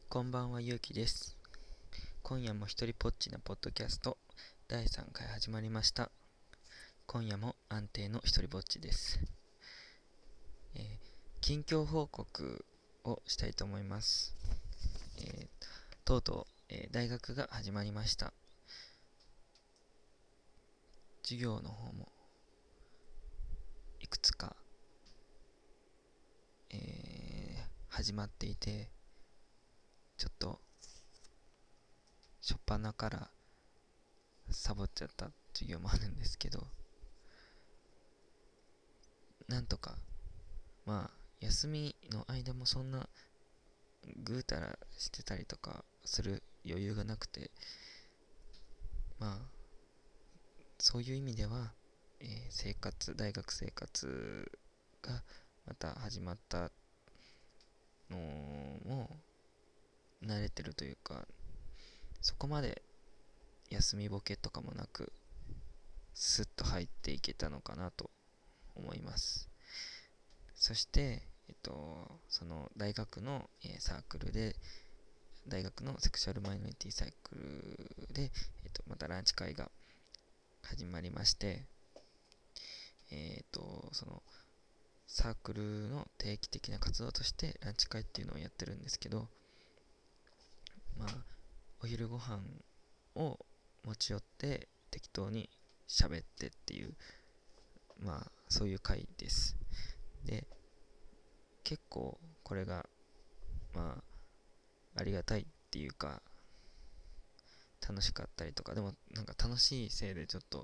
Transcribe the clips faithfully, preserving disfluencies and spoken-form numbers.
こんばんは、ゆうきです。今夜も一人ぽっちなポッドキャストだいさんかい始まりました。今夜も安定の一人ぼっちです。えー近況報告をしたいと思います。えーとうとう、えー大学が始まりました。授業の方もいくつか、えー始まっていて、ちょっと初っ端からサボっちゃった授業もあるんですけど、なんとかまあ休みの間もそんなぐうたらしてたりとかする余裕がなくて、まあそういう意味では、えー生活大学生活がまた始まったのも慣れてるというか、そこまで休みボケとかもなくスッと入っていけたのかなと思います。そしてえっとその大学の、えーサークルで大学のセクシャルマイノリティサークルで、えっとまたランチ会が始まりまして、えっとそのサークルの定期的な活動としてランチ会っていうのをやってるんですけど、まあお昼ご飯を持ち寄って適当に喋ってっていう、まあそういう会です。で、結構これがまあありがたいっていうか楽しかったりとか、でもなんか楽しいせいでちょっと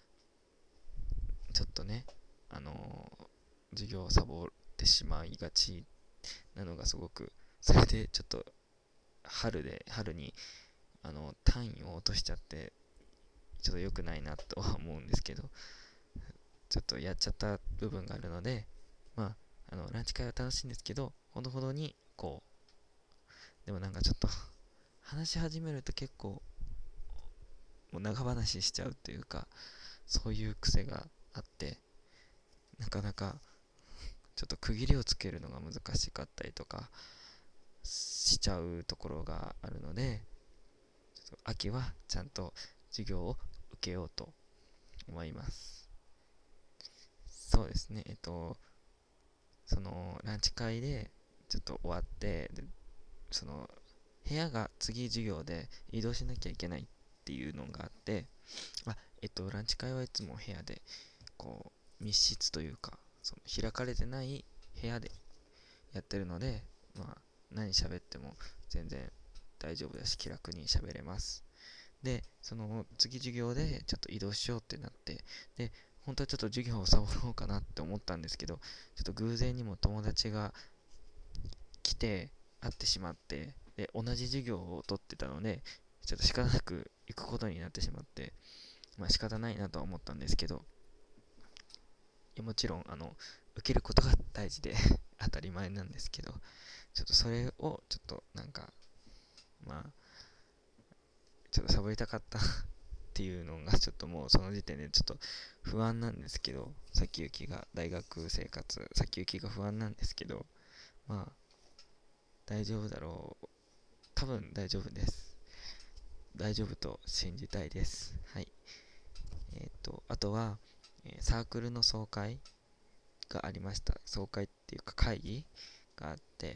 ちょっとね、あのー授業をサボってしまいがちなのがすごく、それでちょっと春で春にあの単位を落としちゃって、ちょっと良くないなとは思うんですけど、ちょっとやっちゃった部分があるので、まああのランチ会は楽しいんですけど、ほどほどにこう、でもなんかちょっと話し始めると結構もう長話しちゃうというか、そういう癖があって、なかなかちょっと区切りをつけるのが難しかったりとかしちゃうところがあるので、ちょっと秋はちゃんと授業を受けようと思います。そうですね、えっとそのランチ会でちょっと終わって、でその部屋が次授業で移動しなきゃいけないっていうのがあって、あえっとランチ会はいつも部屋でこう密室というか、その開かれてない部屋でやってるので、まあ何喋っても全然大丈夫だし気楽に喋れます。でその次授業でちょっと移動しようってなって、で本当はちょっと授業をサボろうかなって思ったんですけど、ちょっと偶然にも友達が来て会ってしまって、で同じ授業を取ってたのでちょっと仕方なく行くことになってしまって、まあ仕方ないなとは思ったんですけど、いやもちろんあの受けることが大事で当たり前なんですけど、ちょっとそれをちょっとなんかまあちょっとサボりたかったっていうのがちょっともうその時点でちょっと不安なんですけど、先行きが大学生活先行きが不安なんですけど、まあ大丈夫だろう、多分大丈夫です。大丈夫と信じたいです。はい。えっ、とあとは、えーサークルの総会がありました。総会っていうか会議があって、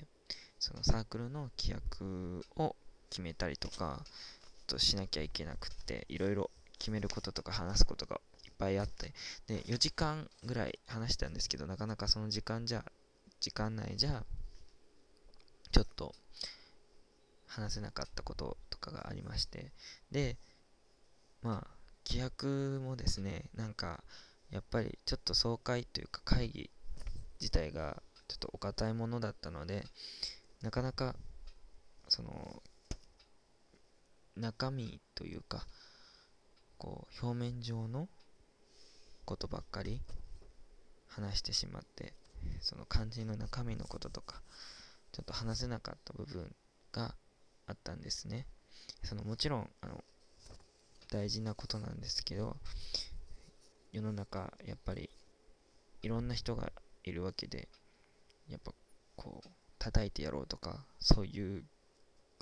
そのサークルの規約を決めたりとかとしなきゃいけなくって、いろいろ決めることとか話すことがいっぱいあって、でよじかんぐらい話したんですけど、なかなかその時間じゃ時間内じゃちょっと話せなかったこととかがありまして、でまあ規約もですね、なんかやっぱりちょっと総会というか会議自体がちょっとお堅いものだったので、なかなかその中身というか、こう表面上のことばっかり話してしまって、その肝心の中身のこととかちょっと話せなかった部分があったんですね。そのもちろんあの大事なことなんですけど、世の中やっぱりいろんな人がいるわけで、やっぱこう叩いてやろうとかそういう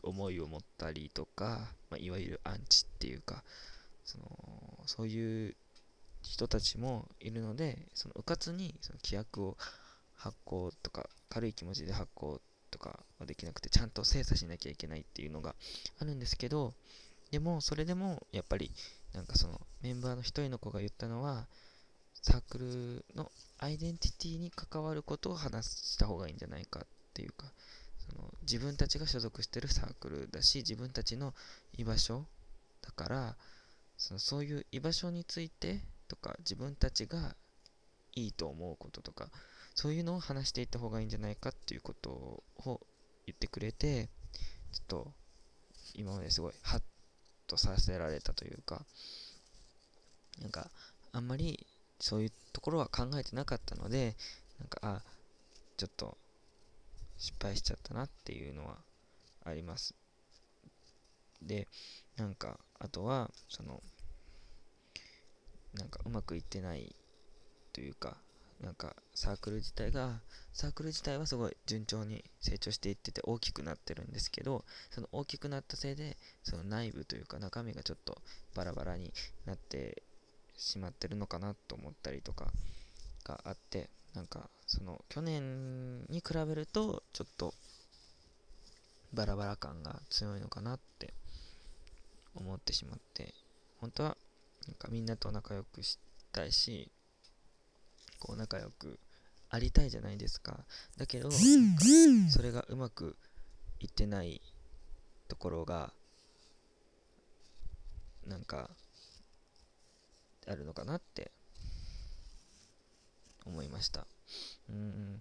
思いを持ったりとか、まあ、いわゆるアンチっていうか、そのそういう人たちもいるので、その迂闊にその規約を発行とか軽い気持ちで発行とかはできなくて、ちゃんと精査しなきゃいけないっていうのがあるんですけど、でもそれでもやっぱりなんかそのメンバーの一人の子が言ったのは、サークルのアイデンティティに関わることを話した方がいいんじゃないかっていうか、その自分たちが所属してるサークルだし、自分たちの居場所だから、そのそういう居場所についてとか、自分たちがいいと思うこととか、そういうのを話していった方がいいんじゃないかっていうことを言ってくれて、ちょっと今まですごいハッとさせられたというか、なんかあんまりそういうところは考えてなかったので、なんかあちょっと失敗しちゃったなっていうのはあります。で、なんかあとはそのなんかうまくいってないというか、なんかサークル自体がサークル自体はすごい順調に成長していってて大きくなってるんですけど、その大きくなったせいでその内部というか中身がちょっとバラバラになってしまってるのかなと思ったりとかがあって、なんかその去年に比べるとちょっとバラバラ感が強いのかなって思ってしまって、本当はなんかみんなと仲良くしたいし、こう仲良くありたいじゃないですか。だけどなんかそれがうまくいってないところがなんかあるのかなって思いました。うん、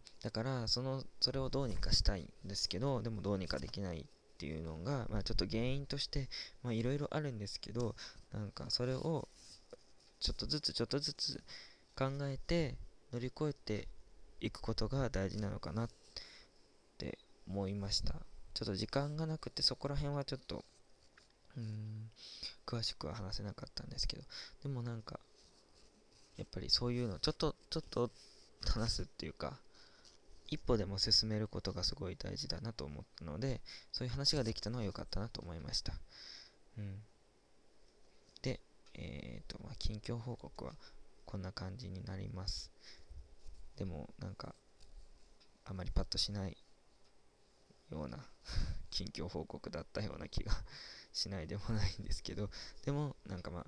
だからそのそれをどうにかしたいんですけど、でもどうにかできないっていうのが、まあ、ちょっと原因としていろいろあるんですけど、なんかそれをちょっとずつちょっとずつ考えて乗り越えていくことが大事なのかなって思いました。ちょっと時間がなくてそこら辺はちょっとうーん詳しくは話せなかったんですけど、でもなんかやっぱりそういうのちょっとちょっと話すっていうか、一歩でも進めることがすごい大事だなと思ったので、そういう話ができたのは良かったなと思いました。うん、で、えーと、まあ、近況報告はこんな感じになります。でもなんかあまりパッとしないような近況報告だったような気がしないでもないんですけど、でもなんかまあ、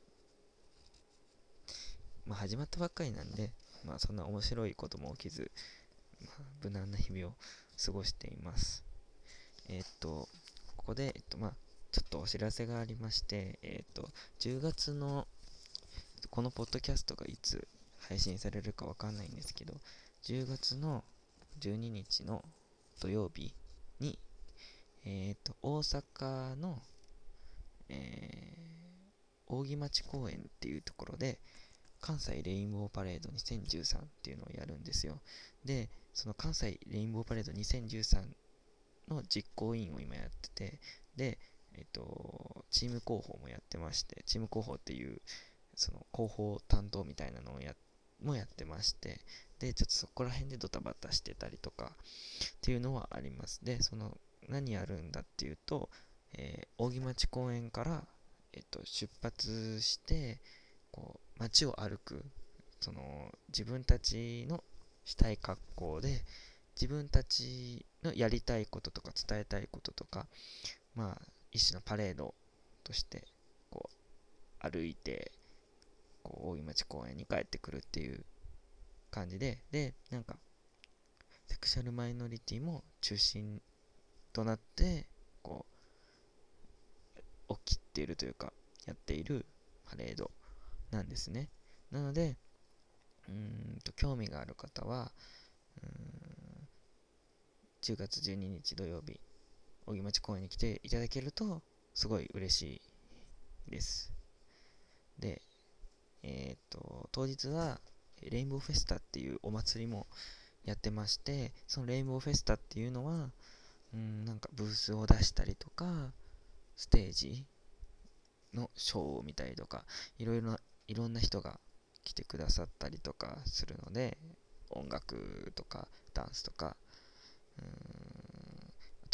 まあ、始まったばっかりなんで、まあそんな面白いことも起きず、まあ、無難な日々を過ごしています。えーっと、ここで、えっと、まあ、ちょっとお知らせがありまして、えーっと、じゅうがつの、このポッドキャストがいつ配信されるかわかんないんですけど、じゅうがつのじゅうににちの土曜日に、えーっと、大阪の、えー、扇町公園っていうところで、関西レインボーパレードにせんじゅうさんっていうのをやるんですよ。で、その関西レインボーパレードにせんじゅうさんの実行委員を今やってて、で、えっと、チーム広報もやってまして、チーム広報っていう、その広報担当みたいなのをやもやってまして、で、ちょっとそこら辺でドタバタしてたりとかっていうのはあります。で、その、何やるんだっていうと、えー、扇町公園から、えっと、出発して、こう、街を歩く、その、自分たちのしたい格好で、自分たちのやりたいこととか伝えたいこととか、まあ一種のパレードとしてこう歩いてこう大井町公園に帰ってくるっていう感じで、でなんかセクシャルマイノリティも中心となってこう起きているというかやっているパレードなんですね。なのでうーんと興味がある方はうーんじゅうがつじゅうににち土曜日扇町公園に来ていただけるとすごい嬉しいです。で、えーっと、当日はレインボーフェスタっていうお祭りもやってまして、そのレインボーフェスタっていうのは、うん、なんかブースを出したりとか、ステージのショーを見たりとか、いろいろな、いろんな人が来てくださったりとかするので、音楽とかダンスとか、うーんあ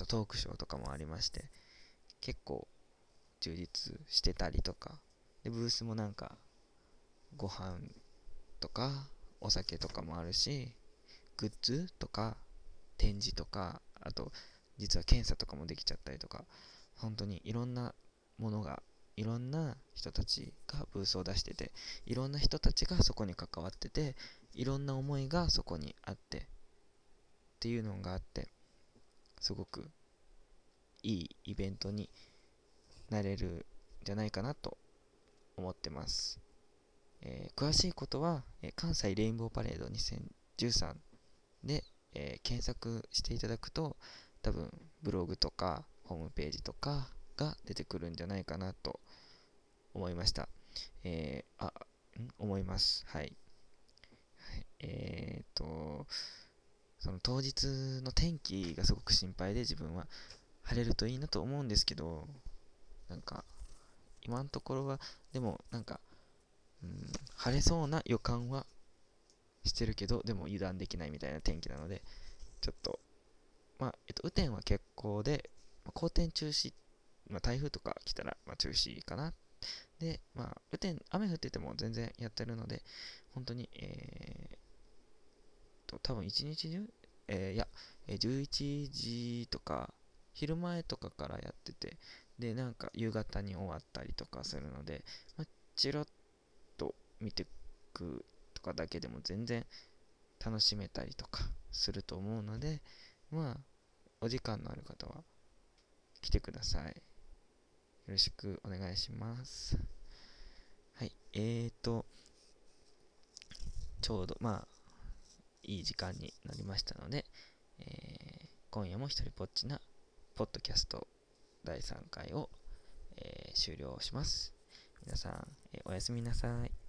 とトークショーとかもありまして、結構充実してたりとかで、ブースもなんかご飯とかお酒とかもあるし、グッズとか展示とか、あと実は検査とかもできちゃったりとか、本当にいろんなものが、いろんな人たちがブースを出してて、いろんな人たちがそこに関わってて、いろんな思いがそこにあってっていうのがあって、すごくいいイベントになれるんじゃないかなと思ってます。えー詳しいことは、えー関西レインボーパレードにせんじゅうさんで、えー検索していただくと、多分ブログとかホームページとかが出てくるんじゃないかなと思いました。えー、あ、ん思います。はい。えーっと、その当日の天気がすごく心配で、自分は晴れるといいなと思うんですけど、なんか今のところは、でもなんか、うん、晴れそうな予感はしてるけど、でも油断できないみたいな天気なので、ちょっと、まあ、えっと、雨天は欠航で、まあ、好天中止、まあ、台風とか来たら、まあ、中止かな。で、まあ、雨天、雨降ってても全然やってるので、本当に、えー、と、多分一日中、えーいや、えーじゅういちじとか、昼前とかからやってて、で、なんか夕方に終わったりとかするので、まあ、チラッと見てくとかだけでも全然楽しめたりとかすると思うので、まあ、お時間のある方は来てください。よろしくお願いします。はい、えーと、ちょうど、まあ、いい時間になりましたので、えー今夜も一人ぽっちなポッドキャストだいさんかいを、えー終了します。皆さん、えーおやすみなさい。